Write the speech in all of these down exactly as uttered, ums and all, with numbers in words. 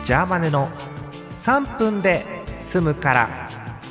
ジャーマネのさんぷんで済むから。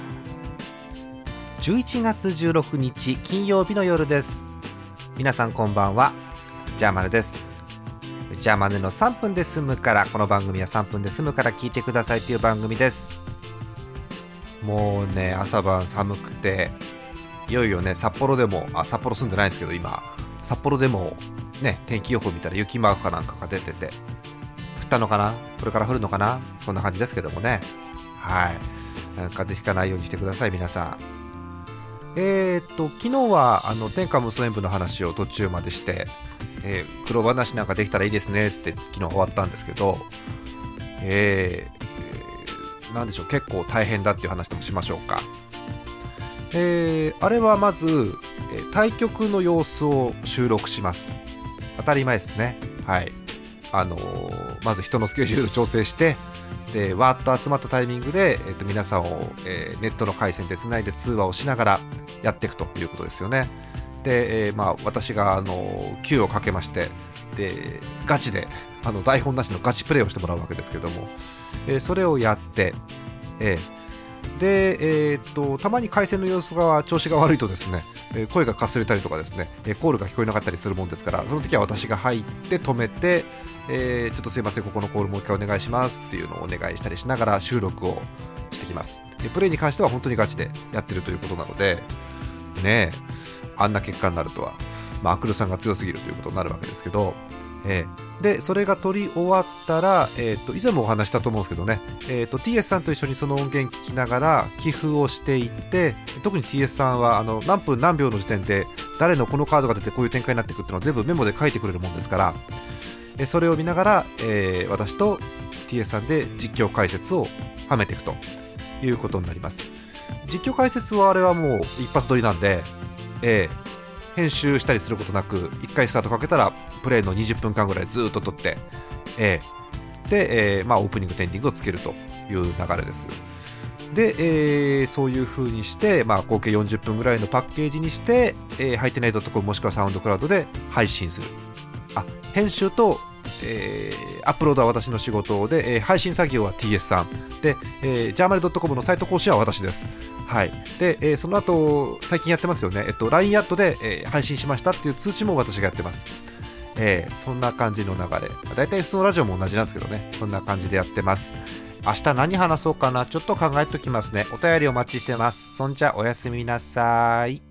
じゅういちがつじゅうろくにち金曜日の夜です。皆さんこんばんは、ジャーマネです。ジャーマネのさんぷんで済むから、この番組はさんぷんで済むから聞いてくださいという番組です。もうね、朝晩寒くて、いよいよね、札幌でも、あ、札幌住んでないんですけど今、札幌でもね、天気予報見たら雪マークかなんかが出てて、降ったのかな、これから降るのかな、そんな感じですけどもね。はい、風邪ひかないようにしてください皆さん。えー、っと昨日はあの天下無双演舞の話を途中までして、えー、黒話なんかできたらいいですねつって昨日終わったんですけど、えーえー、なんでしょう、結構大変だっていう話でもしましょうか。えー、あれはまず、えー、対局の様子を収録します。当たり前ですね。はい、あのー、まず人のスケジュール調整して、でわーっと集まったタイミングで、えー、と皆さんを、えー、ネットの回線でつないで通話をしながらやっていくということですよね。で、えーまあ、私が、あのー、Q をかけまして、でガチであの台本なしのガチプレイをしてもらうわけですけども、えー、それをやって、えーで、えー、っとたまに回線の様子が調子が悪いとですね、えー、声がかすれたりとかですね、えー、コールが聞こえなかったりするもんですから、その時は私が入って止めて、えー、ちょっとすいません、ここのコールもう一回お願いしますっていうのをお願いしたりしながら収録をしてきます。でプレイに関しては本当にガチでやってるということなのでね、えあんな結果になるとは、まあ、アクルさんが強すぎるということになるわけですけど、えー、でそれが撮り終わったら、えー、と以前もお話したと思うんですけどね、えー、と ティーエス さんと一緒にその音源聞きながら寄付をしていって、特に ティーエス さんはあの何分何秒の時点で誰のこのカードが出てこういう展開になっていくっていうのを全部メモで書いてくれるもんですから、えー、それを見ながら、えー、私と ティーエス さんで実況解説をはめていくということになります。実況解説はあれはもう一発撮りなんで、えー編集したりすることなくいっかいスタートかけたらプレイのにじゅっぷんかんぐらいずっと撮って、えー、で、えーまあ、オープニングとエンディングをつけるという流れです。で、えー、そういう風にして、まあ、合計よんじゅっぷんぐらいのパッケージにして、えー、ハイテナイドットコムもしくはサウンドクラウドで配信する。あ、編集と、えー、アップロードは私の仕事で、えー、配信作業は ティーエス さんで、えー、ジャーマネ .com のサイト更新は私です。はい、で、えー、その後最近やってますよね、えっと、ライン アットで、えー、配信しましたっていう通知も私がやってます。えー、そんな感じの流れ、だいたい普通のラジオも同じなんですけどね、そんな感じでやってます。明日何話そうかな、ちょっと考えておきますね。お便りお待ちしてます。そんじゃおやすみなさい。